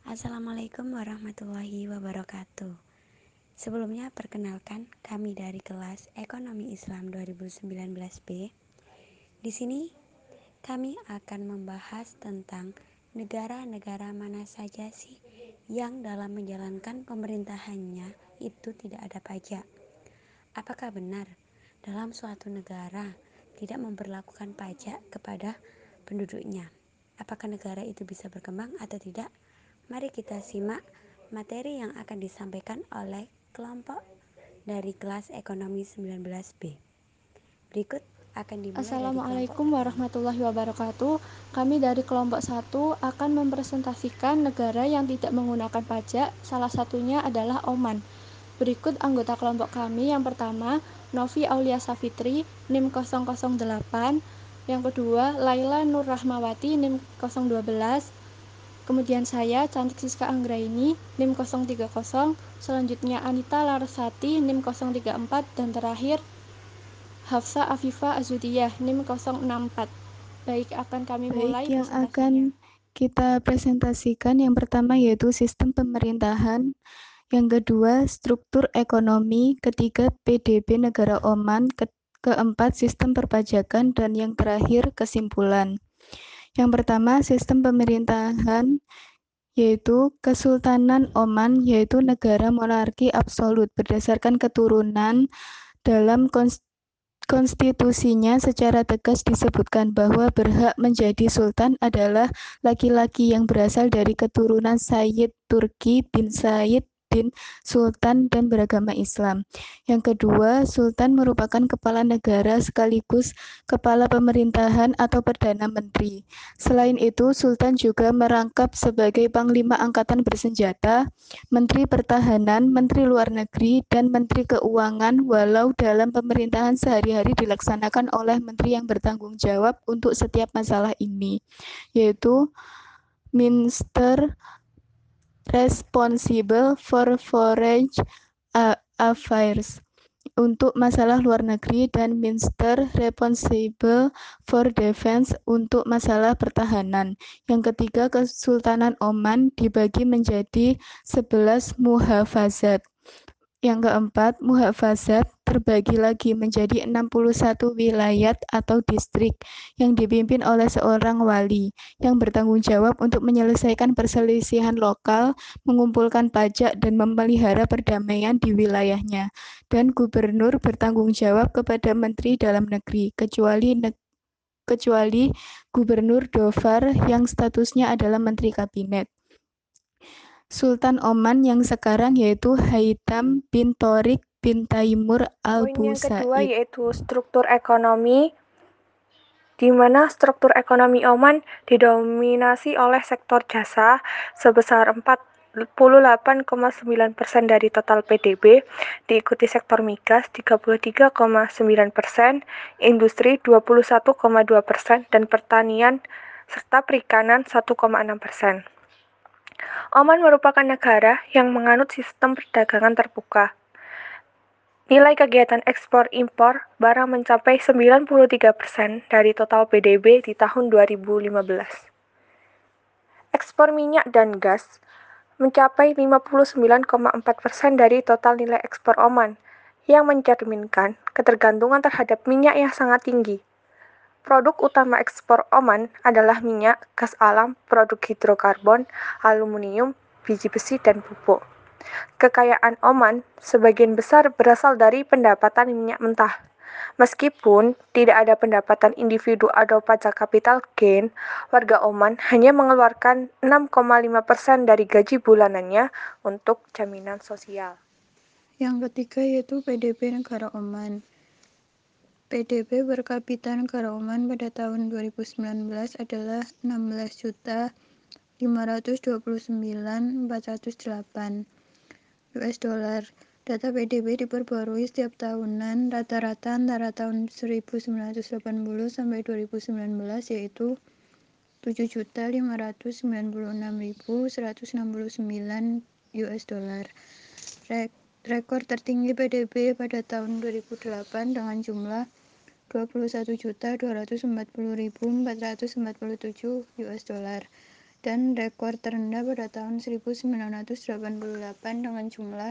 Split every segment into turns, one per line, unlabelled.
Assalamualaikum warahmatullahi wabarakatuh. Sebelumnya perkenalkan kami dari kelas Ekonomi Islam 2019B. Di sini kami akan membahas tentang negara-negara mana saja sih yang dalam menjalankan pemerintahannya itu tidak ada pajak. Apakah benar dalam suatu negara tidak memberlakukan pajak kepada penduduknya? Apakah negara itu bisa berkembang atau tidak? Mari kita simak materi yang akan disampaikan oleh kelompok dari kelas Ekonomi 19B. Berikut akan dimulai dari kelompok
Assalamualaikum
pertama.
warahmatullahi wabarakatuh. Kami dari kelompok 1 akan mempresentasikan negara yang tidak menggunakan pajak, salah satunya adalah Oman. Berikut anggota kelompok kami. Yang pertama, Novi Aulia Safitri, NIM 008. Yang kedua, Laila Nur Rahmawati, NIM 012. Kemudian saya, Cantik Siska Anggraini, NIM 030. Selanjutnya Anita Larasati, NIM 034. Dan terakhir, Hafsa Afifah Azudiyah, NIM 064. Baik, akan kami
Baik,
mulai
yang
presentasinya.
akan kita presentasikan yang pertama yaitu sistem pemerintahan, yang kedua struktur ekonomi, ketiga PDB negara Oman, keempat sistem perpajakan, dan yang terakhir kesimpulan. Yang pertama sistem pemerintahan yaitu Kesultanan Oman, yaitu negara monarki absolut berdasarkan keturunan. Dalam konstitusinya secara tegas disebutkan bahwa berhak menjadi sultan adalah laki-laki yang berasal dari keturunan Sayyid Turki bin Said bin Sultan dan beragama Islam. Yang kedua, sultan merupakan kepala negara sekaligus kepala pemerintahan atau perdana menteri. Selain itu, sultan juga merangkap sebagai panglima angkatan bersenjata, menteri pertahanan, menteri luar negeri, dan menteri keuangan, walau dalam pemerintahan sehari-hari dilaksanakan oleh menteri yang bertanggung jawab untuk setiap masalah ini, yaitu Minister Responsible for Foreign Affairs untuk masalah luar negeri dan Minister Responsible for Defense untuk masalah pertahanan. Yang ketiga, Kesultanan Oman dibagi menjadi 11 muhafazat. Yang keempat, muhafazat terbagi lagi menjadi 61 wilayat atau distrik yang dipimpin oleh seorang wali yang bertanggung jawab untuk menyelesaikan perselisihan lokal, mengumpulkan pajak, dan memelihara perdamaian di wilayahnya. Dan gubernur bertanggung jawab kepada Menteri Dalam Negeri, kecuali Gubernur Dhofar yang statusnya adalah Menteri Kabinet. Sultan Oman yang sekarang yaitu Haitham bin Thorik bin Taimur
Poin yang kedua
al-Busaid.
yaitu struktur ekonomi, di mana struktur ekonomi Oman didominasi oleh sektor jasa sebesar 48,9% dari total PDB, diikuti sektor migas 33,9%, industri 21,2%, dan pertanian serta perikanan 1,6%. Oman merupakan negara yang menganut sistem perdagangan terbuka. Nilai kegiatan ekspor-impor barang mencapai 93% dari total PDB di tahun 2015. Ekspor minyak dan gas mencapai 59,4% dari total nilai ekspor Oman, yang mencerminkan ketergantungan terhadap minyak yang sangat tinggi. Produk utama ekspor Oman adalah minyak, gas alam, produk hidrokarbon, aluminium, biji besi, dan pupuk. Kekayaan Oman sebagian besar berasal dari pendapatan minyak mentah. Meskipun tidak ada pendapatan individu atau pajak capital gain, warga Oman hanya mengeluarkan 6,5% dari gaji bulanannya untuk jaminan sosial.
Yang ketiga yaitu PDB negara Oman. PDB per kapita negara Oman pada tahun 2019 adalah 16.529.408 US dollar. Data PDB diperbarui setiap tahunan, rata-rata antara tahun 1980 sampai 2019 yaitu 7.596.169 US dollar. Rekor tertinggi PDB pada tahun 2008 dengan jumlah 21.240.447 US dollar. dan rekor terendah pada tahun 1988 dengan jumlah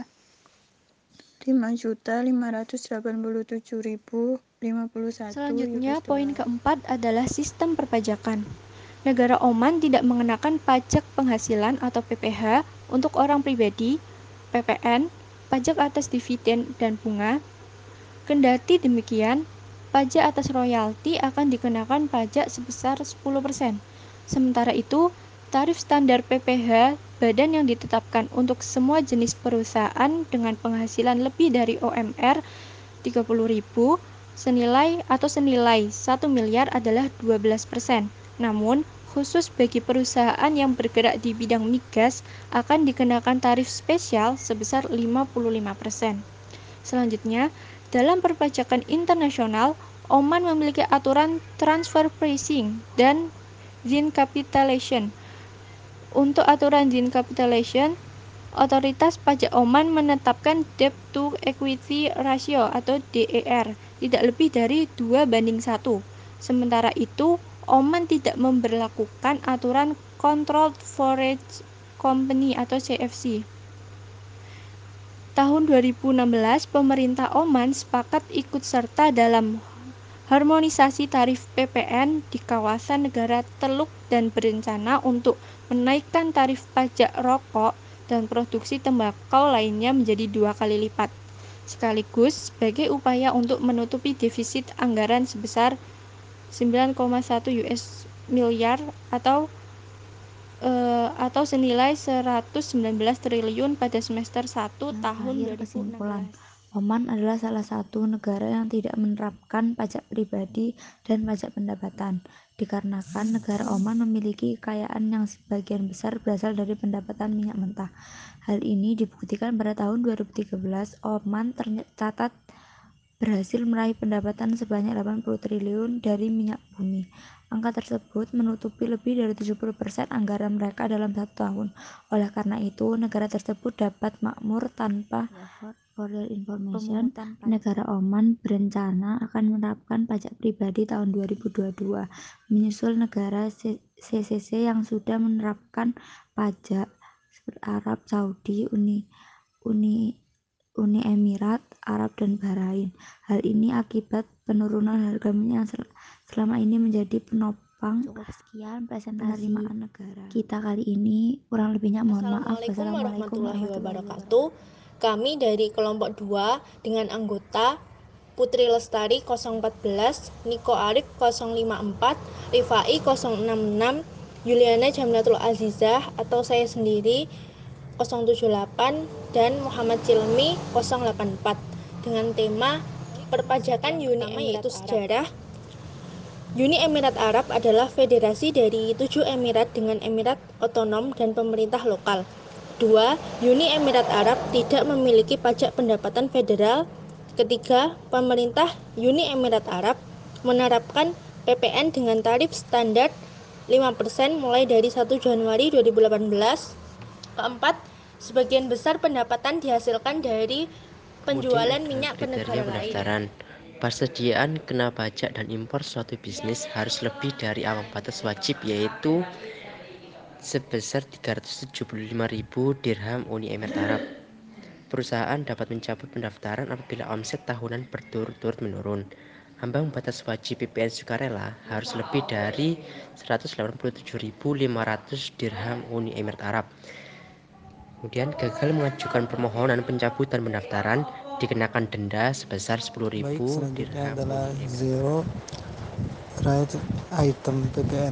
5.587.051
Selanjutnya,
US
poin
dollar.
keempat adalah sistem perpajakan. Negara Oman tidak mengenakan pajak penghasilan atau PPh untuk orang pribadi, PPN, pajak atas dividen dan bunga. Kendati demikian, pajak atas royalti akan dikenakan pajak sebesar 10%. Sementara itu, tarif standar PPh badan yang ditetapkan untuk semua jenis perusahaan dengan penghasilan lebih dari OMR 30.000 senilai 1 miliar adalah 12%. Namun, khusus bagi perusahaan yang bergerak di bidang migas akan dikenakan tarif spesial sebesar 55%. Selanjutnya, dalam perpajakan internasional, Oman memiliki aturan transfer pricing dan Zin Capitalization. Untuk aturan Zin Capitalization, Otoritas Pajak Oman menetapkan Debt to Equity Ratio atau DER tidak lebih dari 2:1. Sementara itu, Oman tidak memberlakukan aturan Controlled Foreign Company atau CFC. Tahun 2016, pemerintah Oman sepakat ikut serta dalam harmonisasi tarif PPN di kawasan negara Teluk dan berencana untuk menaikkan tarif pajak rokok dan produksi tembakau lainnya menjadi 2 kali lipat, sekaligus sebagai upaya untuk menutupi defisit anggaran sebesar 9,1 US miliar atau senilai 119 triliun pada semester 1 tahun
Terakhir, kesimpulan,
2016.
Oman adalah salah satu negara yang tidak menerapkan pajak pribadi dan pajak pendapatan, dikarenakan negara Oman memiliki kekayaan yang sebagian besar berasal dari pendapatan minyak mentah. Hal ini dibuktikan pada tahun 2013, Oman tercatat berhasil meraih pendapatan sebanyak 80 triliun dari minyak bumi. Angka tersebut menutupi lebih dari 70% anggaran mereka dalam 1 tahun. Oleh karena itu, negara tersebut dapat makmur tanpa. For your information, negara Oman berencana akan menerapkan pajak pribadi tahun 2022, menyusul negara CCC yang sudah menerapkan pajak seperti Arab Saudi, Uni Emirat Arab dan Bahrain. Hal ini akibat penurunan harga minyak yang selama ini menjadi penopang. Cukup sekian presentasi penerimaan negara kita kali ini. Kurang lebihnya mohon maaf.
Wassalamualaikum warahmatullahi wabarakatuh. Kami dari kelompok 2 dengan anggota Putri Lestari 014, Niko Arif 054, Rifai 066, Yuliana Jamlatul Azizah atau saya sendiri 078 dan Muhammad Cilmi 084 dengan tema perpajakan Uni yaitu sejarah. Uni Emirat Arab adalah federasi dari 7 emirat dengan emirat otonom dan pemerintah lokal. 2. Uni Emirat Arab tidak memiliki pajak pendapatan federal. Ketiga, pemerintah Uni Emirat Arab menerapkan PPN dengan tarif standar 5% mulai dari 1 Januari 2018. Keempat, sebagian besar pendapatan dihasilkan dari penjualan minyak ke negara lain.
Persediaan kena pajak dan impor suatu bisnis harus lebih dari ambang batas wajib, yaitu sebesar 375.000 dirham Uni Emirat Arab. Perusahaan dapat mencabut pendaftaran apabila omset tahunan berturut-turut menurun. Ambang batas wajib PPN sukarela harus lebih dari 187.500 dirham Uni Emirat Arab. Kemudian gagal mengajukan permohonan pencabutan pendaftaran dikenakan denda sebesar 10.000
selanjutnya
dirham.
adalah zero rate item PPN.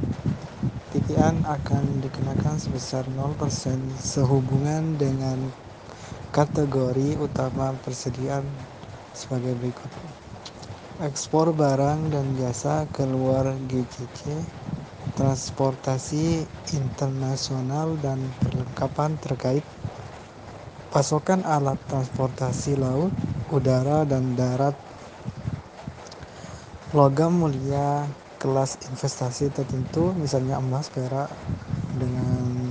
PPN akan dikenakan sebesar 0% sehubungan dengan kategori utama persediaan sebagai berikut: ekspor barang dan jasa keluar GCC, transportasi internasional dan perlengkapan terkait, pasokan alat transportasi laut, udara dan darat, logam mulia kelas investasi tertentu misalnya emas, perak dengan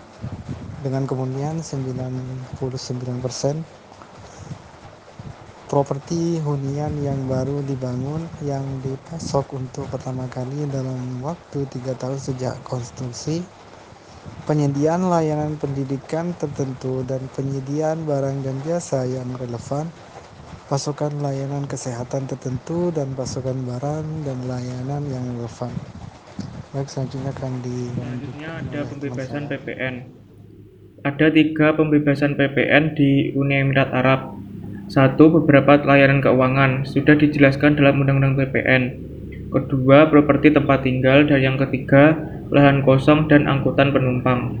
kemunian 99%, properti hunian yang baru dibangun yang dipasok untuk pertama kali dalam waktu 3 tahun sejak konstruksi, penyediaan layanan pendidikan tertentu dan penyediaan barang dan jasa yang relevan, pasokan layanan kesehatan tertentu dan pasokan barang dan layanan yang relevan. Baik, selanjutnya akan dilanjutkan
Selanjutnya ada
oleh teman
pembebasan
saya.
PPN. Ada 3 pembebasan PPN di Uni Emirat Arab. 1. Beberapa layanan keuangan sudah dijelaskan dalam Undang-Undang PPN. Kedua, properti tempat tinggal, dan yang ketiga, lahan kosong dan angkutan penumpang.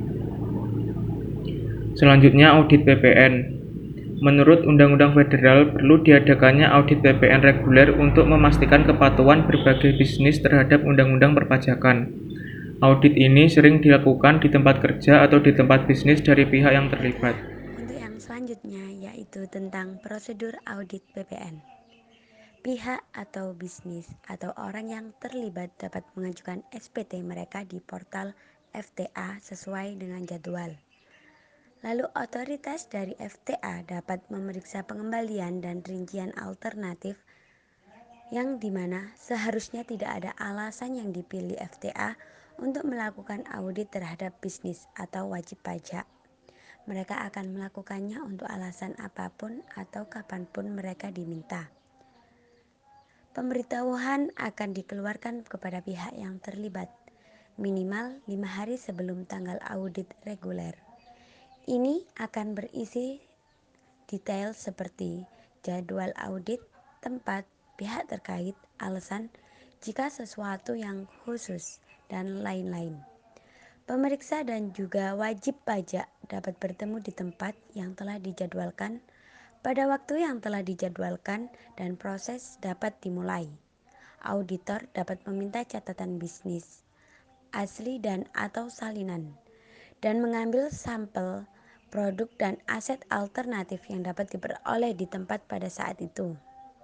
Selanjutnya, audit PPN. Menurut Undang-Undang Federal, perlu diadakannya audit PPN reguler untuk memastikan kepatuhan berbagai bisnis terhadap Undang-Undang Perpajakan. Audit ini sering dilakukan di tempat kerja atau di tempat bisnis dari pihak yang terlibat.
Untuk yang selanjutnya yaitu tentang prosedur audit PPN. Pihak atau bisnis atau orang yang terlibat dapat mengajukan SPT mereka di portal FTA sesuai dengan jadwal. Lalu otoritas dari FTA dapat memeriksa pengembalian dan rincian alternatif yang dimana seharusnya tidak ada alasan yang dipilih FTA untuk melakukan audit terhadap bisnis atau wajib pajak. Mereka akan melakukannya untuk alasan apapun atau kapanpun mereka diminta. Pemberitahuan akan dikeluarkan kepada pihak yang terlibat minimal 5 hari sebelum tanggal audit reguler. Ini akan berisi detail seperti jadwal audit, tempat, pihak terkait, alasan, jika sesuatu yang khusus, dan lain-lain. Pemeriksa dan juga wajib pajak dapat bertemu di tempat yang telah dijadwalkan pada waktu yang telah dijadwalkan dan proses dapat dimulai. Auditor dapat meminta catatan bisnis asli dan atau salinan dan mengambil sampel produk dan aset alternatif yang dapat diperoleh di tempat pada saat itu.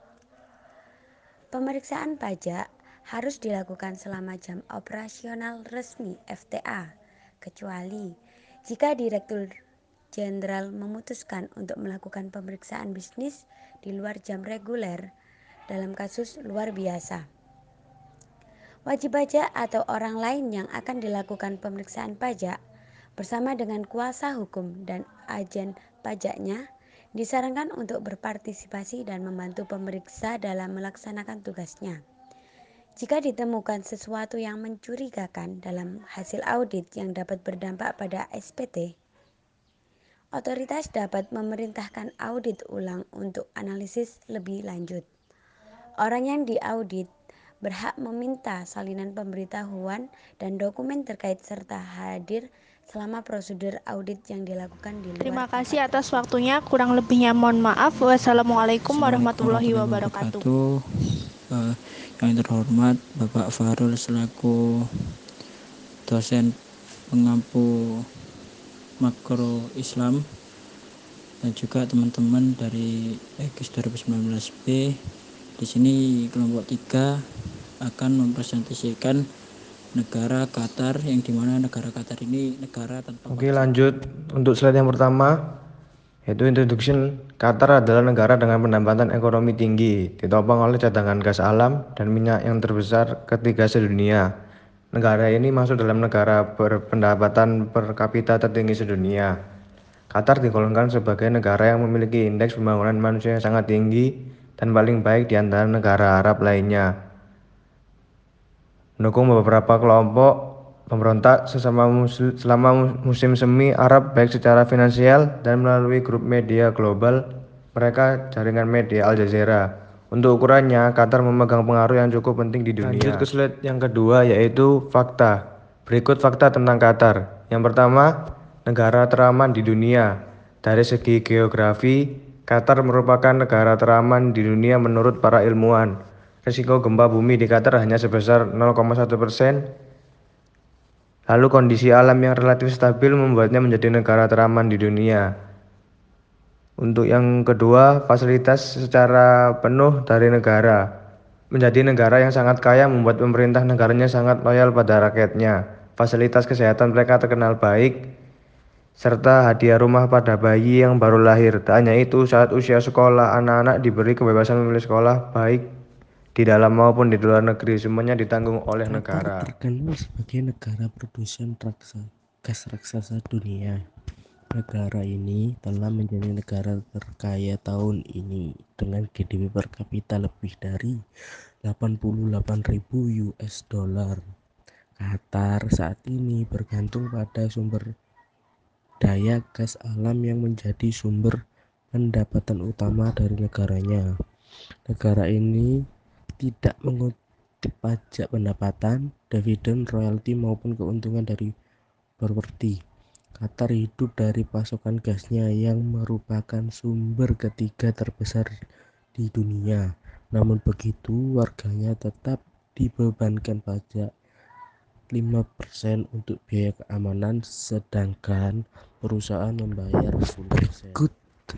Pemeriksaan pajak harus dilakukan selama jam operasional resmi FTA, kecuali jika Direktur Jenderal memutuskan untuk melakukan pemeriksaan bisnis di luar jam reguler dalam kasus luar biasa. Wajib pajak atau orang lain yang akan dilakukan pemeriksaan pajak bersama dengan kuasa hukum dan agen pajaknya disarankan untuk berpartisipasi dan membantu pemeriksa dalam melaksanakan tugasnya. Jika ditemukan sesuatu yang mencurigakan dalam hasil audit yang dapat berdampak pada SPT, otoritas dapat memerintahkan audit ulang untuk analisis lebih lanjut. Orang yang diaudit berhak meminta salinan pemberitahuan dan dokumen terkait serta hadir selama prosedur audit yang dilakukan di luar.
Terima kasih atas waktunya. Kurang lebihnya mohon maaf. Wassalamualaikum warahmatullahi wabarakatuh.
Yang terhormat Bapak Farul selaku dosen pengampu makro Islam dan juga teman-teman dari EGIS 2019B. Di sini kelompok 3 akan mempresentasikan negara Qatar, yang dimana negara Qatar ini negara tanpa.
Oke, lanjut untuk slide yang pertama, yaitu introduction. Qatar adalah negara dengan pendapatan ekonomi tinggi, ditopang oleh cadangan gas alam dan minyak yang terbesar ketiga sedunia. Negara ini masuk dalam negara berpendapatan per kapita tertinggi sedunia. Qatar digolongkan sebagai negara yang memiliki indeks pembangunan manusia yang sangat tinggi dan paling baik di antara negara Arab lainnya. Mendukung beberapa kelompok pemberontak selama musim semi Arab baik secara finansial dan melalui grup media global mereka jaringan media Al Jazeera. Untuk ukurannya, Qatar memegang pengaruh yang cukup penting di dunia. Lanjut ke slide yang kedua, yaitu fakta. Berikut fakta tentang Qatar. Yang pertama, negara teraman di dunia. Dari segi geografi, Qatar merupakan negara teraman di dunia menurut para ilmuwan. Risiko gempa bumi di Qatar hanya sebesar 0,1%. Lalu kondisi alam yang relatif stabil membuatnya menjadi negara teraman di dunia. Untuk yang kedua, fasilitas secara penuh dari negara. Menjadi negara yang sangat kaya membuat pemerintah negaranya sangat loyal pada rakyatnya. Fasilitas kesehatan mereka terkenal baik. serta hadiah rumah pada bayi yang baru lahir. Tak hanya itu, saat usia sekolah, anak-anak diberi kebebasan memilih sekolah baik di dalam maupun di luar negeri. Semuanya ditanggung oleh
Qatar
negara.
terkenal sebagai negara produsen gas raksasa dunia. Negara ini telah menjadi negara terkaya tahun ini dengan GDP per kapita lebih dari 88.000 US dollar. Qatar saat ini bergantung pada sumber daya gas alam yang menjadi sumber pendapatan utama dari negaranya. Negara ini tidak mengutip pajak pendapatan, dividen, royalti maupun keuntungan dari properti. Qatar hidup dari pasokan gasnya yang merupakan sumber ketiga terbesar di dunia. Namun begitu, warganya tetap dibebankan pajak 5% untuk biaya keamanan, sedangkan perusahaan membayar 10%. Berikut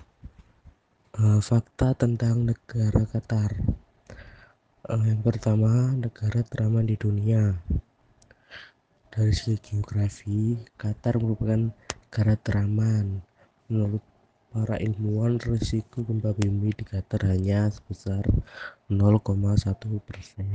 fakta tentang negara Qatar. Yang pertama, negara teraman di dunia. Dari segi geografi, Qatar merupakan negara teraman. Menurut para ilmuwan, risiko gempa bumi di Qatar hanya sebesar 0,1%.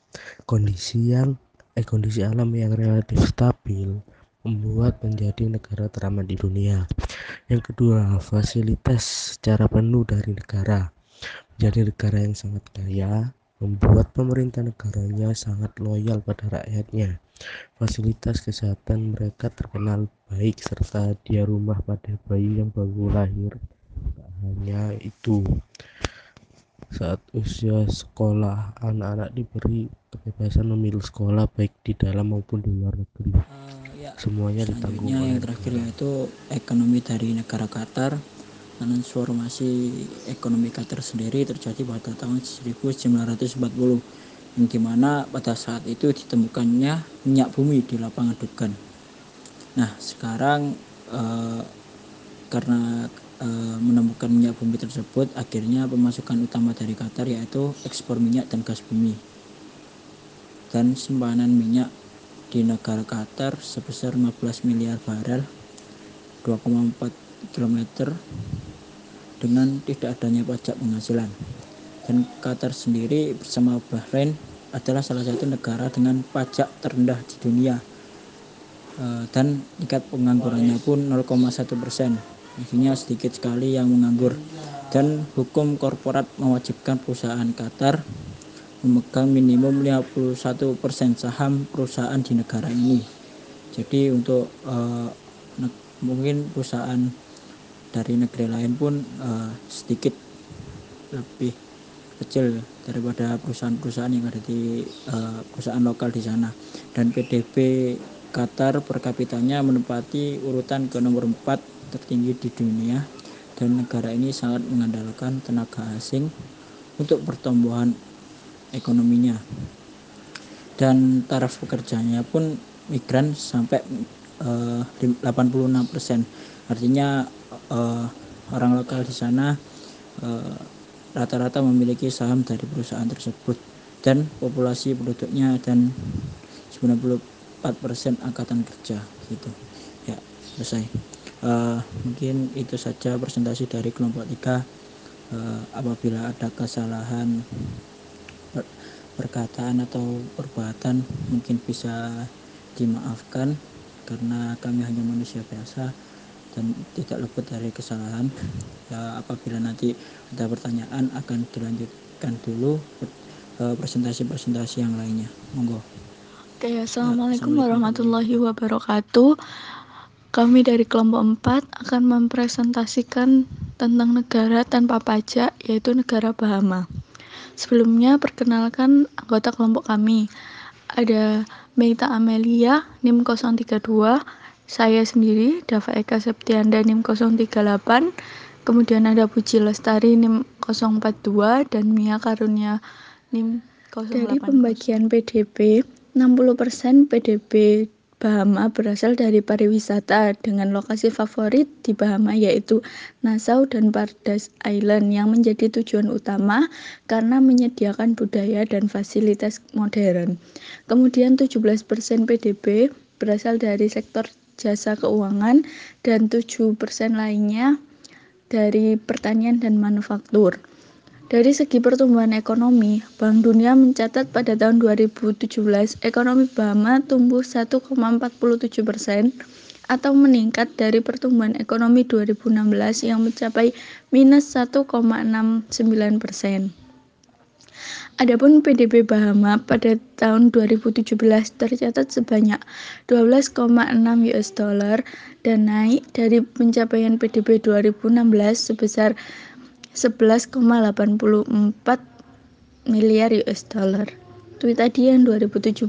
Kondisi alam yang relatif stabil membuat menjadi negara teraman di dunia. Yang kedua, fasilitas secara penuh dari negara. Menjadi negara yang sangat kaya, membuat pemerintah negaranya sangat loyal pada rakyatnya. Fasilitas kesehatan mereka terkenal baik serta hadiah rumah pada bayi yang baru lahir. Tak hanya itu, saat usia sekolah, anak-anak diberi kebebasan memilih sekolah baik di dalam maupun di luar negeri. Semuanya ditanggung oleh
yang terakhir yaitu ekonomi dari negara Qatar. Transformasi ekonomi Qatar sendiri terjadi pada tahun 1940, yang dimana pada saat itu ditemukannya minyak bumi di lapangan Dugan. Nah, sekarang karena menemukan minyak bumi tersebut, akhirnya pemasukan utama dari Qatar yaitu ekspor minyak dan gas bumi. Dan simpanan minyak di negara Qatar sebesar 15 miliar barel, 2,4 km, dengan tidak adanya pajak penghasilan. Dan Qatar sendiri bersama Bahrain adalah salah satu negara dengan pajak terendah di dunia, dan tingkat penganggurannya pun 0,1%. Artinya sedikit sekali yang menganggur. Dan hukum korporat mewajibkan perusahaan Qatar memegang minimum 51% saham perusahaan di negara ini. Jadi untuk mungkin perusahaan dari negeri lain pun sedikit lebih kecil daripada perusahaan-perusahaan yang ada di perusahaan lokal di sana. Dan PDB Qatar per kapitanya menempati urutan ke nomor 4 tertinggi di dunia, dan negara ini sangat mengandalkan tenaga asing untuk pertumbuhan ekonominya. Dan taraf pekerjanya pun migran sampai 86%. Artinya orang lokal di sana rata-rata memiliki saham dari perusahaan tersebut, dan populasi penduduknya dan 94% angkatan kerja gitu. Ya, selesai. Mungkin itu saja presentasi dari kelompok 3. Apabila ada kesalahan perkataan atau perbuatan mungkin bisa dimaafkan, karena kami hanya manusia biasa dan tidak luput dari kesalahan. Ya, apabila nanti ada pertanyaan akan dilanjutkan dulu presentasi-presentasi yang lainnya. Monggo.
Oke, Assalamualaikum warahmatullahi wabarakatuh. Kami dari kelompok 4 akan mempresentasikan tentang negara tanpa pajak, yaitu negara Bahama. Sebelumnya, perkenalkan anggota kelompok kami. Ada Meita Amelia, NIM 032, saya sendiri, Dava Eka Septianda, NIM 038, kemudian ada Puji Lestari, NIM 042, dan Mia Karunia, NIM 080. Dari pembagian PDB, 60% PDB Bahama berasal dari pariwisata dengan lokasi favorit di Bahama yaitu Nassau dan Paradise Island yang menjadi tujuan utama karena menyediakan budaya dan fasilitas modern. Kemudian 17% PDB berasal dari sektor
jasa keuangan, dan 7% lainnya dari pertanian dan manufaktur. Dari segi pertumbuhan ekonomi, Bank Dunia mencatat pada tahun 2017 ekonomi Bahama tumbuh 1,47% atau meningkat dari pertumbuhan ekonomi 2016 yang mencapai minus 1,69%. Adapun PDB Bahama pada tahun 2017 tercatat sebanyak 12,6 US dollar dan naik dari pencapaian PDB 2016 sebesar 11,84 miliar US dollar. Itu tadi yang 2017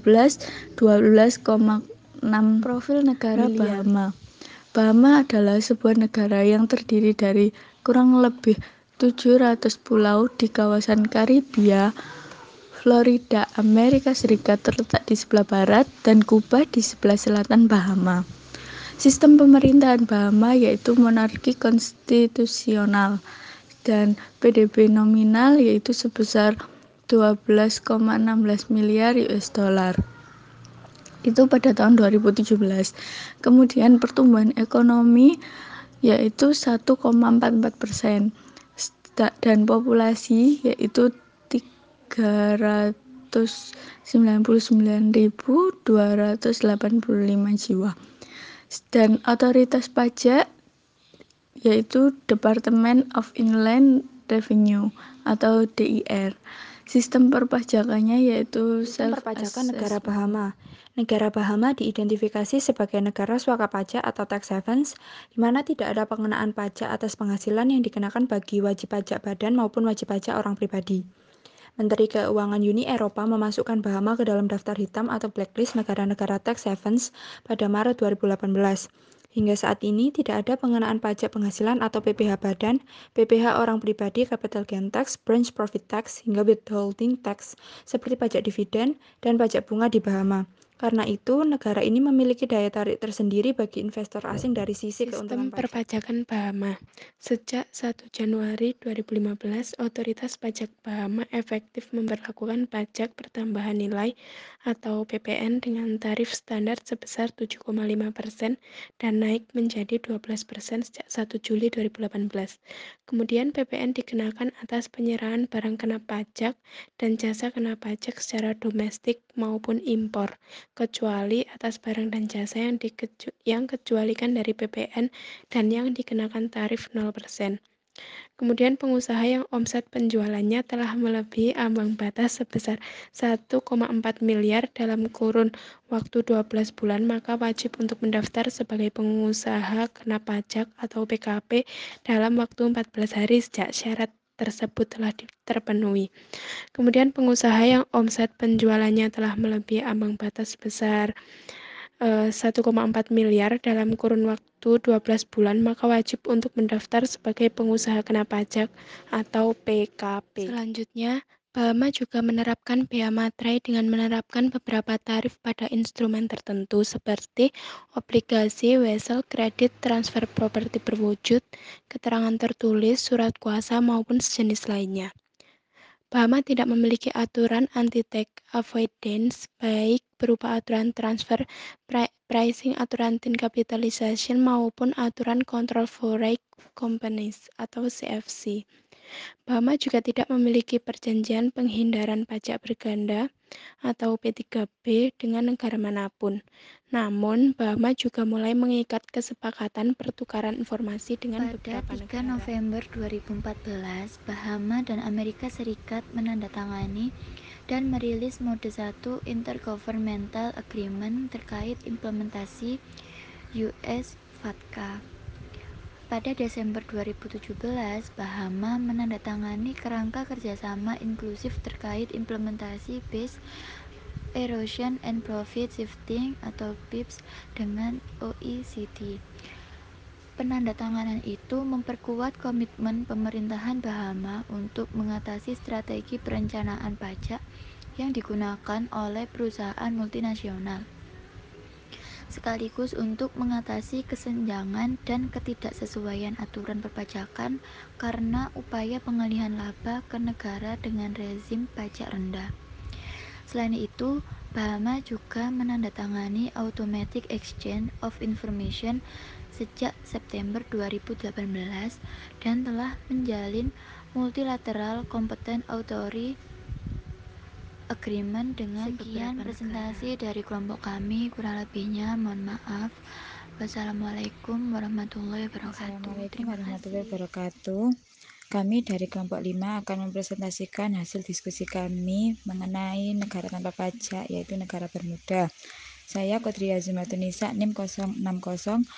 12,6 profil negara miliar. Bahama adalah sebuah negara yang terdiri dari kurang lebih 700 pulau di kawasan Karibia, Florida, Amerika Serikat terletak di sebelah barat dan Kuba di sebelah selatan Bahama. Sistem pemerintahan Bahama yaitu monarki konstitusional dan PDB nominal yaitu sebesar 12,16 miliar US dollar. Itu pada tahun 2017. Kemudian pertumbuhan ekonomi yaitu 1,44% dan populasi yaitu 399.285 jiwa. Dan otoritas pajak yaitu Department of Inland Revenue atau DIR. Sistem perpajakannya yaitu
perpajakan negara Bahama. Negara Bahama diidentifikasi sebagai negara suaka pajak atau tax havens, di mana tidak ada pengenaan pajak atas penghasilan yang dikenakan bagi wajib pajak badan maupun wajib pajak orang pribadi. Menteri Keuangan Uni Eropa memasukkan Bahama ke dalam daftar hitam atau blacklist negara-negara tax havens pada Maret 2018. Hingga saat ini tidak ada pengenaan pajak penghasilan atau PPh badan, PPh orang pribadi, capital gain tax, branch profit tax, hingga withholding tax seperti pajak dividen dan pajak bunga di Bahama. Karena itu, negara ini memiliki daya tarik tersendiri bagi investor asing dari sisi keuntungan pajak.
Perpajakan Bahama. Sejak 1 Januari 2015, Otoritas Pajak Bahama efektif memberlakukan pajak pertambahan nilai atau PPN dengan tarif standar sebesar 7,5% dan naik menjadi 12% sejak 1 Juli 2018. Kemudian PPN dikenakan atas penyerahan barang kena pajak dan jasa kena pajak secara domestik maupun impor, kecuali atas barang dan jasa yang kecualikan dari PPN dan yang dikenakan tarif 0%. Kemudian pengusaha yang omset penjualannya telah melebihi ambang batas sebesar 1,4 miliar dalam kurun waktu 12 bulan, maka wajib untuk mendaftar sebagai pengusaha kena pajak atau PKP dalam waktu 14 hari sejak syarat tersebut telah terpenuhi. Kemudian pengusaha yang omset penjualannya telah melebihi ambang batas sebesar 1,4 miliar dalam kurun waktu 12 bulan, maka wajib untuk mendaftar sebagai pengusaha kena pajak atau PKP. Selanjutnya, Bahama juga menerapkan bea materai dengan menerapkan beberapa tarif pada instrumen tertentu seperti obligasi, wesel, kredit, transfer properti berwujud, keterangan tertulis, surat kuasa, maupun sejenis lainnya. Bahama tidak memiliki aturan anti-tax avoidance baik berupa aturan transfer pricing, aturan tin capitalization, maupun aturan control foreign companies atau CFC. Bahama juga tidak memiliki perjanjian penghindaran pajak berganda atau P3B dengan negara manapun. Namun, Bahama juga mulai mengikat kesepakatan pertukaran informasi dengan beberapa negara.
Pada 3 November 2014, Bahama dan Amerika Serikat menandatangani dan merilis Mode 1 Intergovernmental Agreement terkait implementasi US FATCA. Pada Desember 2017, Bahama menandatangani kerangka kerjasama inklusif terkait implementasi Base Erosion and Profit Shifting atau BEPS dengan OECD. Penandatanganan itu memperkuat komitmen pemerintahan Bahama untuk mengatasi strategi perencanaan pajak yang digunakan oleh perusahaan multinasional, sekaligus untuk mengatasi kesenjangan dan ketidaksesuaian aturan perpajakan karena upaya pengalihan laba ke negara dengan rezim pajak rendah. Selain itu, Bahama juga menandatangani Automatic Exchange of Information sejak September 2018 dan telah menjalin Multilateral Competent Authority Agreement dengan sekian presentasi dari kelompok kami, kurang lebihnya mohon maaf. Wassalamualaikum warahmatullahi wabarakatuh.
Assalamualaikum warahmatullahi wabarakatuh. Kami dari kelompok 5 akan mempresentasikan hasil diskusi kami mengenai negara tanpa pajak, yaitu negara Bermuda. Saya Kodria Zumatunisa, NIM 060,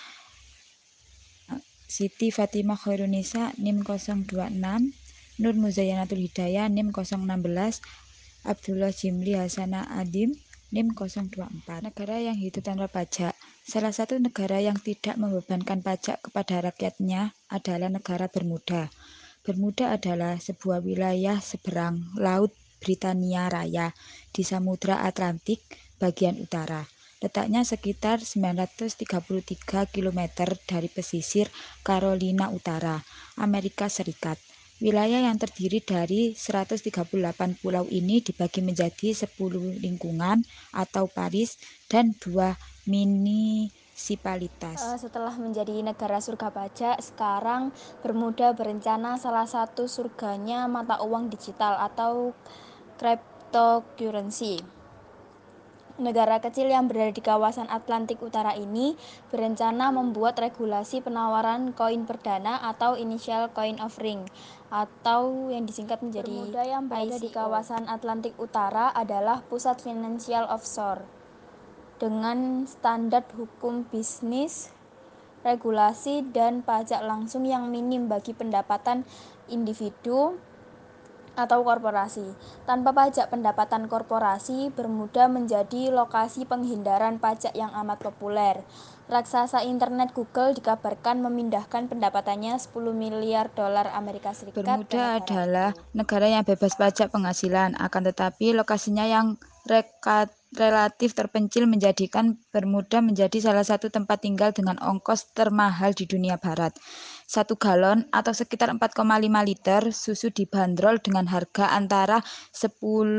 Siti Fatimah Khairunisa, NIM 026, Nur Muzayanatul Hidayah, NIM 016, Abdullah Jimli Hasana Adim, NIM 024. Negara yang hidup tanpa pajak. Salah satu negara yang tidak membebankan pajak kepada rakyatnya adalah negara Bermuda. Bermuda adalah sebuah wilayah seberang Laut Britania Raya di Samudra Atlantik bagian utara. Letaknya sekitar 933 km dari pesisir Carolina Utara, Amerika Serikat. Wilayah yang terdiri dari 138 pulau ini dibagi menjadi 10 lingkungan atau paris dan 2 munisipalitas.
Setelah menjadi negara surga pajak, sekarang Bermuda berencana salah satu surganya mata uang digital atau cryptocurrency. Negara kecil yang berada di kawasan Atlantik Utara ini berencana membuat regulasi penawaran koin perdana atau initial coin offering atau yang disingkat menjadi Bermuda yang berada di kawasan Atlantik Utara adalah pusat finansial offshore dengan standar hukum bisnis, regulasi, dan pajak langsung yang minim bagi pendapatan individu atau korporasi. Tanpa pajak pendapatan korporasi, Bermuda menjadi lokasi penghindaran pajak yang amat populer. Raksasa internet Google dikabarkan memindahkan pendapatannya 10 miliar dolar Amerika Serikat.
Bermuda adalah negara yang bebas pajak penghasilan, akan tetapi lokasinya yang relatif terpencil menjadikan Bermuda menjadi salah satu tempat tinggal dengan ongkos termahal di dunia barat. 1 galon atau sekitar 4,5 liter susu dibanderol dengan harga antara 10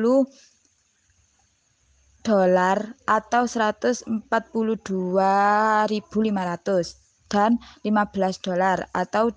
dolar atau 142.500 dan 15 dolar atau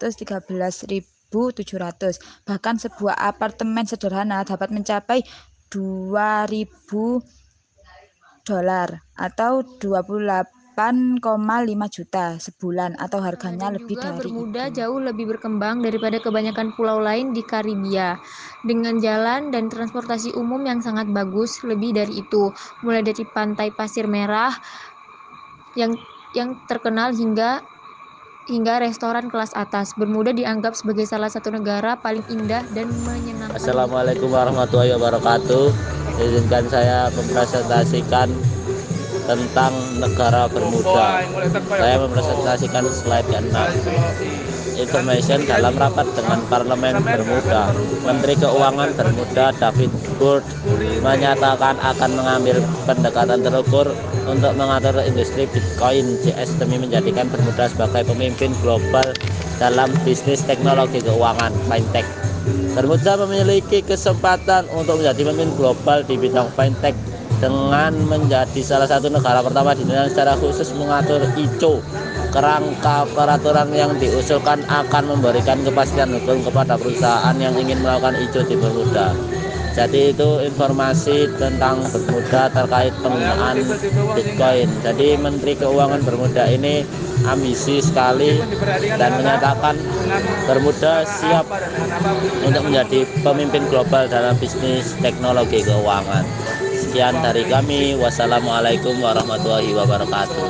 213.700. Bahkan sebuah apartemen sederhana dapat mencapai 2.000 dolar atau 28,5 juta sebulan atau harganya lebih dari
Bermuda
itu.
jauh lebih berkembang daripada kebanyakan pulau lain di Karibia dengan jalan dan transportasi umum yang sangat bagus. Lebih dari itu, mulai dari pantai pasir merah yang terkenal hingga restoran kelas atas. Bermuda dianggap sebagai salah satu negara paling indah dan menyenangkan.
Assalamualaikum warahmatullahi wabarakatuh. Izinkan saya mempresentasikan tentang negara Bermuda. Saya mempresentasikan slide ke-6. Information dalam rapat dengan Parlemen Bermuda. Menteri Keuangan Bermuda David Board menyatakan akan mengambil pendekatan terukur untuk mengatur industri Bitcoin CS demi menjadikan Bermuda sebagai pemimpin global dalam bisnis teknologi keuangan fintech. Bermuda memiliki kesempatan untuk menjadi pemimpin global di bidang fintech dengan menjadi salah satu negara pertama di dunia secara khusus mengatur ICO. Kerangka peraturan yang diusulkan akan memberikan kepastian hukum kepada perusahaan yang ingin melakukan ICO di Bermuda. Jadi itu informasi tentang Bermuda terkait penggunaan Bitcoin. Jadi Menteri Keuangan Bermuda ini ambisi sekali dan menyatakan Bermuda siap untuk menjadi pemimpin global dalam bisnis teknologi keuangan. Sekian dari kami. Wassalamualaikum warahmatullahi wabarakatuh.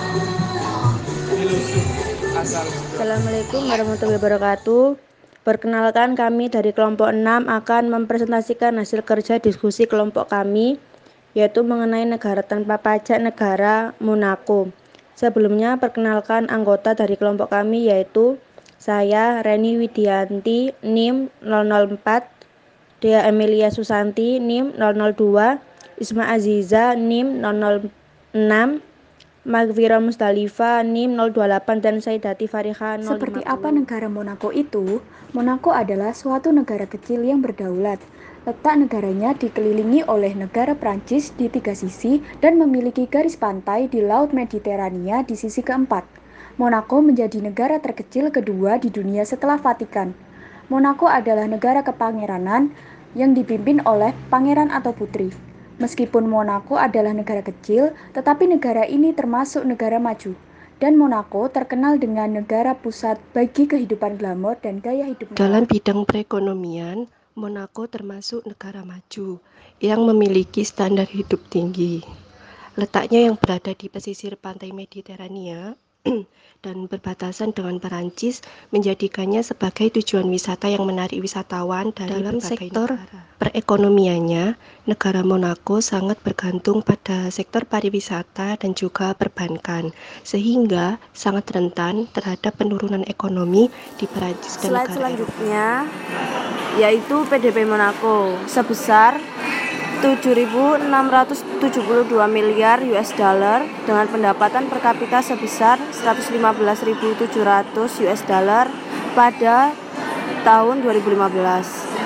Assalamualaikum warahmatullahi wabarakatuh. Perkenalkan, kami dari kelompok 6 akan mempresentasikan hasil kerja diskusi kelompok kami, yaitu mengenai negara tanpa pajak negara Monaco. Sebelumnya, perkenalkan anggota dari kelompok kami, yaitu saya Reni Widianti, NIM 004, Dea Emilia Susanti, NIM 002, Isma Aziza, NIM 006, Magvira Musdalifa, NIM 028, dan Saidati Fariha 050.
Seperti apa negara Monaco itu? Monaco adalah suatu negara kecil yang berdaulat.
Letak negaranya dikelilingi oleh negara Prancis di 3 sisi dan memiliki garis pantai di Laut Mediterania di sisi keempat. Monaco menjadi negara terkecil kedua di dunia setelah Vatikan. Monaco adalah negara kepangeranan yang dipimpin oleh pangeran atau putri. Meskipun Monaco adalah negara kecil, tetapi negara ini termasuk negara maju. Dan Monaco terkenal dengan negara pusat bagi kehidupan glamor dan gaya hidup mewah.
Dalam bidang perekonomian, Monaco termasuk negara maju yang memiliki standar hidup tinggi. Letaknya yang berada di pesisir pantai Mediterania dan berbatasan dengan Perancis menjadikannya sebagai tujuan wisata yang menarik wisatawan dari dalam sektor perekonomiannya. Negara Monaco sangat bergantung pada sektor pariwisata dan juga perbankan, sehingga sangat rentan terhadap penurunan ekonomi di Perancis dan
Slide
negara
selanjutnya yaitu PDB Monaco sebesar 7.672 miliar US dollar dengan pendapatan per kapita sebesar 115.700 US dollar pada tahun 2015.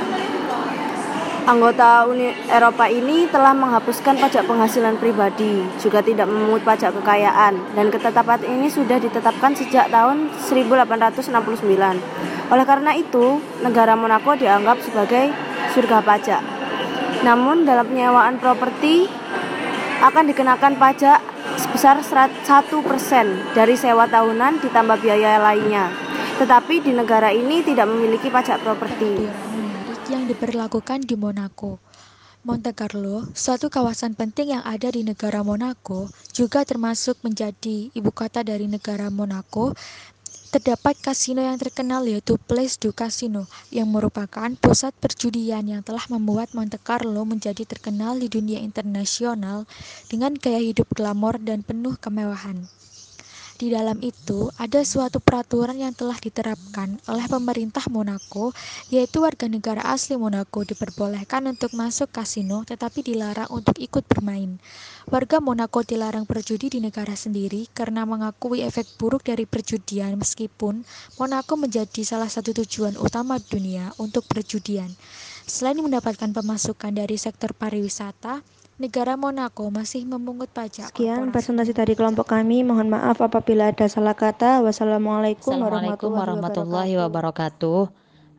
Anggota Uni Eropa ini telah menghapuskan pajak penghasilan pribadi, juga tidak memungut pajak kekayaan, dan ketetapan ini sudah ditetapkan sejak tahun 1869. Oleh karena itu, negara Monaco dianggap sebagai surga pajak. Namun dalam penyewaan properti akan dikenakan pajak sebesar 1% dari sewa tahunan ditambah biaya lainnya. Tetapi di negara ini tidak memiliki pajak properti.
Yang diberlakukan di Monaco. Monte Carlo, suatu kawasan penting yang ada di negara Monaco, juga termasuk menjadi ibu kota dari negara Monaco. Terdapat kasino yang terkenal yaitu Place du Casino, yang merupakan pusat perjudian yang telah membuat Monte Carlo menjadi terkenal di dunia internasional dengan gaya hidup glamor dan penuh kemewahan. Di dalam itu, ada suatu peraturan yang telah diterapkan oleh pemerintah Monaco, yaitu warga negara asli Monaco diperbolehkan untuk masuk kasino tetapi dilarang untuk ikut bermain. Warga Monaco dilarang berjudi di negara sendiri karena mengakui efek buruk dari perjudian, meskipun Monaco menjadi salah satu tujuan utama dunia untuk perjudian. Selain mendapatkan pemasukan dari sektor pariwisata, negara Monaco masih memungut pajak.
Sekian presentasi dari kelompok kami. Mohon maaf apabila ada salah kata. Wassalamualaikum
warahmatullahi wabarakatuh.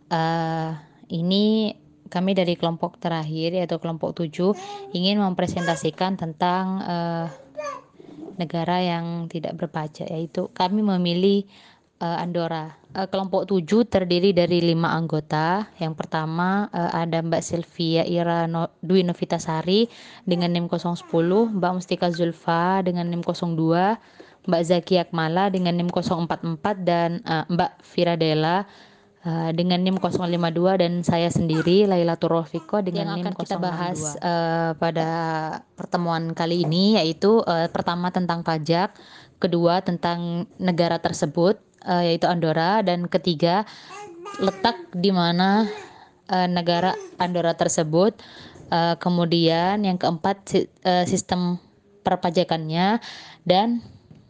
Ini kami dari kelompok terakhir yaitu kelompok 7 ingin mempresentasikan tentang negara yang tidak berpajak, yaitu kami memilih Andorra. Kelompok 7 terdiri dari 5 anggota. Yang pertama ada Mbak Sylvia Ira Dwi Novitasari dengan NIM 010, Mbak Mustika Zulfa dengan NIM 02, Mbak Zaki Akmala dengan NIM 044, dan Mbak Firadela dengan NIM 052, dan saya sendiri Lailatul Rofiko dengan NIM 062. Yang akan kita bahas pada pertemuan kali ini yaitu pertama tentang pajak, kedua tentang negara tersebut yaitu Andorra, dan ketiga letak di mana negara Andorra tersebut, kemudian yang keempat sistem perpajakannya, dan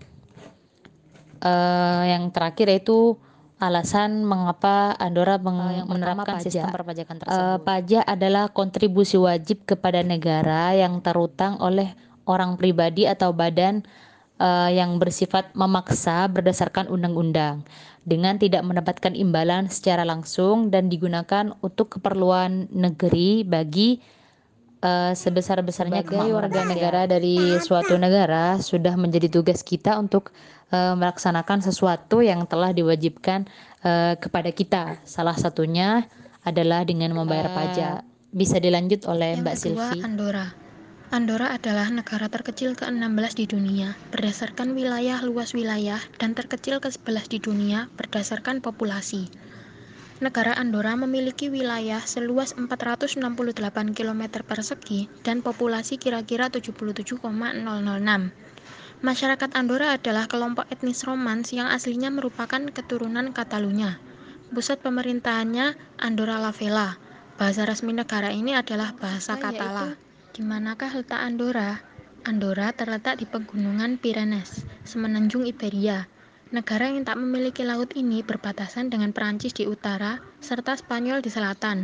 yang terakhir yaitu alasan mengapa Andorra menerapkan sistem perpajakan tersebut. Pajak adalah kontribusi wajib kepada negara yang terutang oleh orang pribadi atau badan yang bersifat memaksa berdasarkan undang-undang dengan tidak mendapatkan imbalan secara langsung dan digunakan untuk keperluan negeri bagi sebesar-besarnya kemakmuran. Warga negara dari suatu negara sudah menjadi tugas kita untuk melaksanakan sesuatu yang telah diwajibkan kepada kita. Salah satunya adalah dengan membayar pajak. Bisa dilanjut oleh Mbak Sylvie.
Andorra adalah negara terkecil ke-16 di dunia berdasarkan wilayah luas wilayah dan terkecil ke-11 di dunia berdasarkan populasi. Negara Andorra memiliki wilayah seluas 468 km persegi dan populasi kira-kira 77,006. Masyarakat Andorra adalah kelompok etnis Romans yang aslinya merupakan keturunan Catalunya. Pusat pemerintahannya Andorra la Vella. Bahasa resmi negara ini adalah bahasa Katala. Di manakah letak Andorra? Andorra terletak di pegunungan Pyrenees, semenanjung Iberia. Negara yang tak memiliki laut ini berbatasan dengan Perancis di utara serta Spanyol di selatan.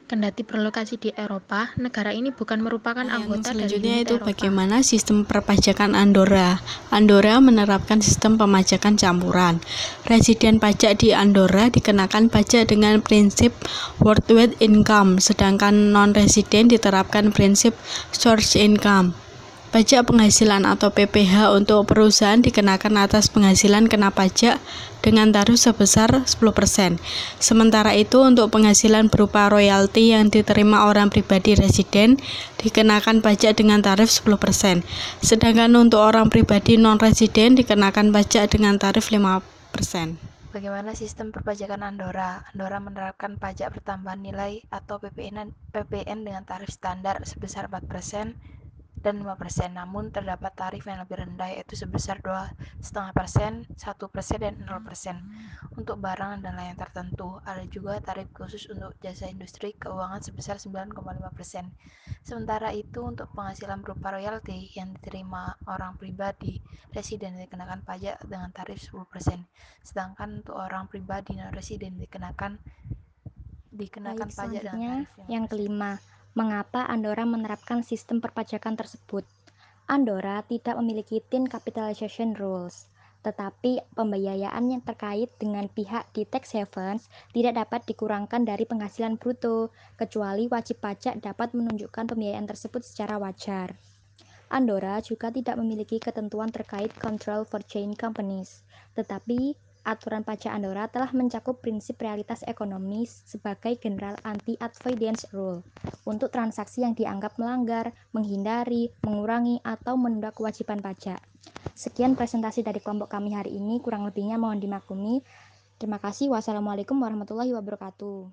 Kendati berlokasi di Eropa, negara ini bukan merupakan anggota dari
Selanjutnya
Uni
itu
Eropa.
bagaimana sistem perpajakan Andorra. Andorra menerapkan sistem pemajakan campuran. Residen pajak di Andorra dikenakan pajak dengan prinsip worldwide income, sedangkan non-residen diterapkan prinsip source income. Pajak penghasilan atau PPh untuk perusahaan dikenakan atas penghasilan kena pajak dengan tarif sebesar 10%. Sementara itu untuk penghasilan berupa royalti yang diterima orang pribadi residen dikenakan pajak dengan tarif 10%. Sedangkan untuk orang pribadi non-residen dikenakan pajak dengan tarif 5%.
Bagaimana sistem perpajakan Andorra? Andorra menerapkan pajak pertambahan nilai atau PPN dengan tarif standar sebesar 4% dan 5%, namun terdapat tarif yang lebih rendah yaitu sebesar 2,5%, 1%, dan 0% untuk barang dan layanan tertentu. Ada juga tarif khusus untuk jasa industri keuangan sebesar 9,5%. Sementara itu untuk penghasilan berupa royalti yang diterima orang pribadi residen dikenakan pajak dengan tarif 10%, sedangkan untuk orang pribadi non residen dikenakan pajak dengan tarif 5%.
Yang kelima, mengapa Andorra menerapkan sistem perpajakan tersebut? Andorra tidak memiliki tin capitalization rules, tetapi pembiayaan yang terkait dengan pihak di tax havens tidak dapat dikurangkan dari penghasilan bruto, kecuali wajib pajak dapat menunjukkan pembiayaan tersebut secara wajar. Andorra juga tidak memiliki ketentuan terkait control for chain companies, tetapi aturan pajak Andorra telah mencakup prinsip realitas ekonomis sebagai general anti-avoidance rule untuk transaksi yang dianggap melanggar, menghindari, mengurangi, atau menunda kewajiban pajak. Sekian presentasi dari kelompok kami hari ini, kurang lebihnya mohon dimaklumi. Terima kasih. Wassalamualaikum warahmatullahi wabarakatuh.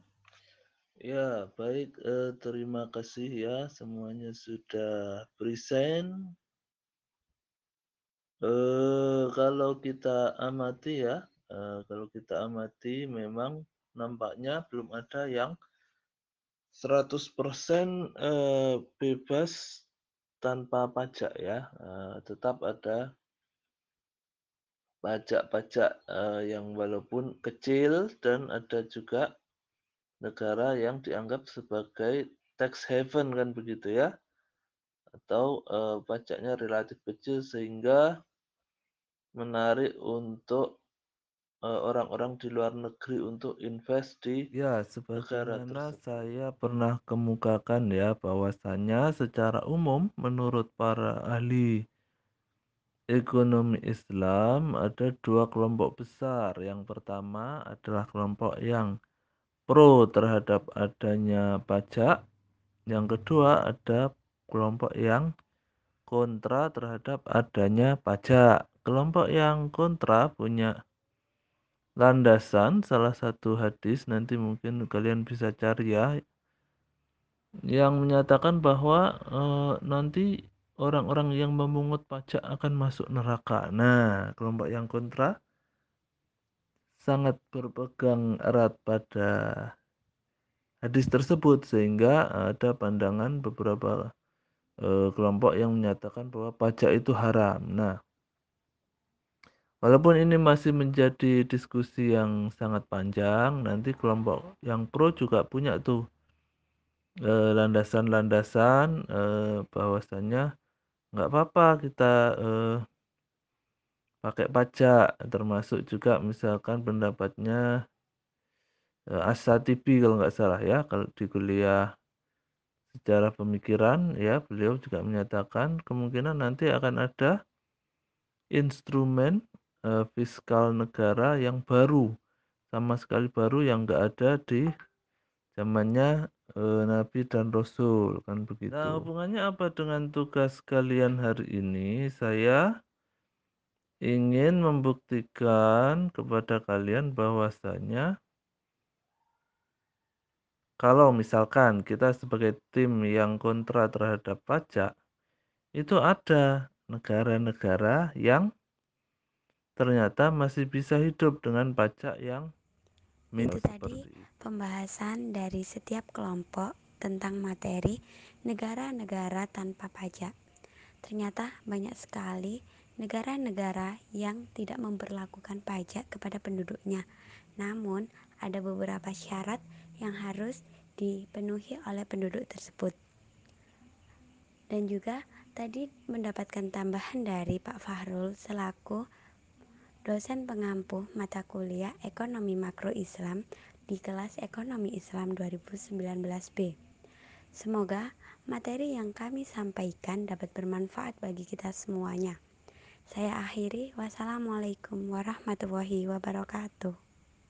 Ya, baik. Terima kasih ya semuanya sudah present. Kalau kita amati ya, memang nampaknya belum ada yang 100% bebas tanpa pajak ya. Tetap ada pajak-pajak yang walaupun kecil, dan ada juga negara yang dianggap sebagai tax haven kan begitu ya, atau pajaknya relatif kecil sehingga menarik untuk orang-orang di luar negeri untuk invest di negara tersebut. Saya pernah kemukakan ya bahwasanya secara umum menurut para ahli ekonomi Islam ada dua kelompok besar. Yang pertama adalah kelompok yang pro terhadap adanya pajak. Yang kedua ada kelompok yang kontra terhadap adanya pajak. Kelompok yang kontra punya landasan salah satu hadis, nanti mungkin kalian bisa cari ya, yang menyatakan bahwa nanti orang-orang yang memungut pajak akan masuk neraka. Nah, kelompok yang kontra sangat berpegang erat pada hadis tersebut, sehingga ada pandangan beberapa kelompok yang menyatakan bahwa pajak itu haram. Nah, walaupun ini masih menjadi diskusi yang sangat panjang, nanti kelompok yang pro juga punya tuh landasan-landasan bahwasannya nggak apa-apa kita pakai pajak, termasuk juga misalkan pendapatnya As-Satibi kalau nggak salah ya, kalau di kuliah secara pemikiran ya, beliau juga menyatakan kemungkinan nanti akan ada instrumen fiskal negara yang baru, sama sekali baru, yang nggak ada di zamannya Nabi dan Rasul kan begitu. Nah, hubungannya apa dengan tugas kalian hari ini? Saya ingin membuktikan kepada kalian bahwasanya kalau misalkan kita sebagai tim yang kontra terhadap pajak, itu ada negara-negara yang ternyata masih bisa hidup dengan pajak yang
Itu tadi pembahasan dari setiap kelompok tentang materi negara-negara tanpa pajak. Ternyata banyak sekali negara-negara yang tidak memberlakukan pajak kepada penduduknya. Namun, ada beberapa syarat yang harus dipenuhi oleh penduduk tersebut. Dan juga tadi mendapatkan tambahan dari Pak Fahrul selaku dosen pengampu mata kuliah Ekonomi Makro Islam di kelas Ekonomi Islam 2019B. Semoga materi yang kami sampaikan dapat bermanfaat bagi kita semuanya. Saya akhiri, wassalamualaikum warahmatullahi wabarakatuh.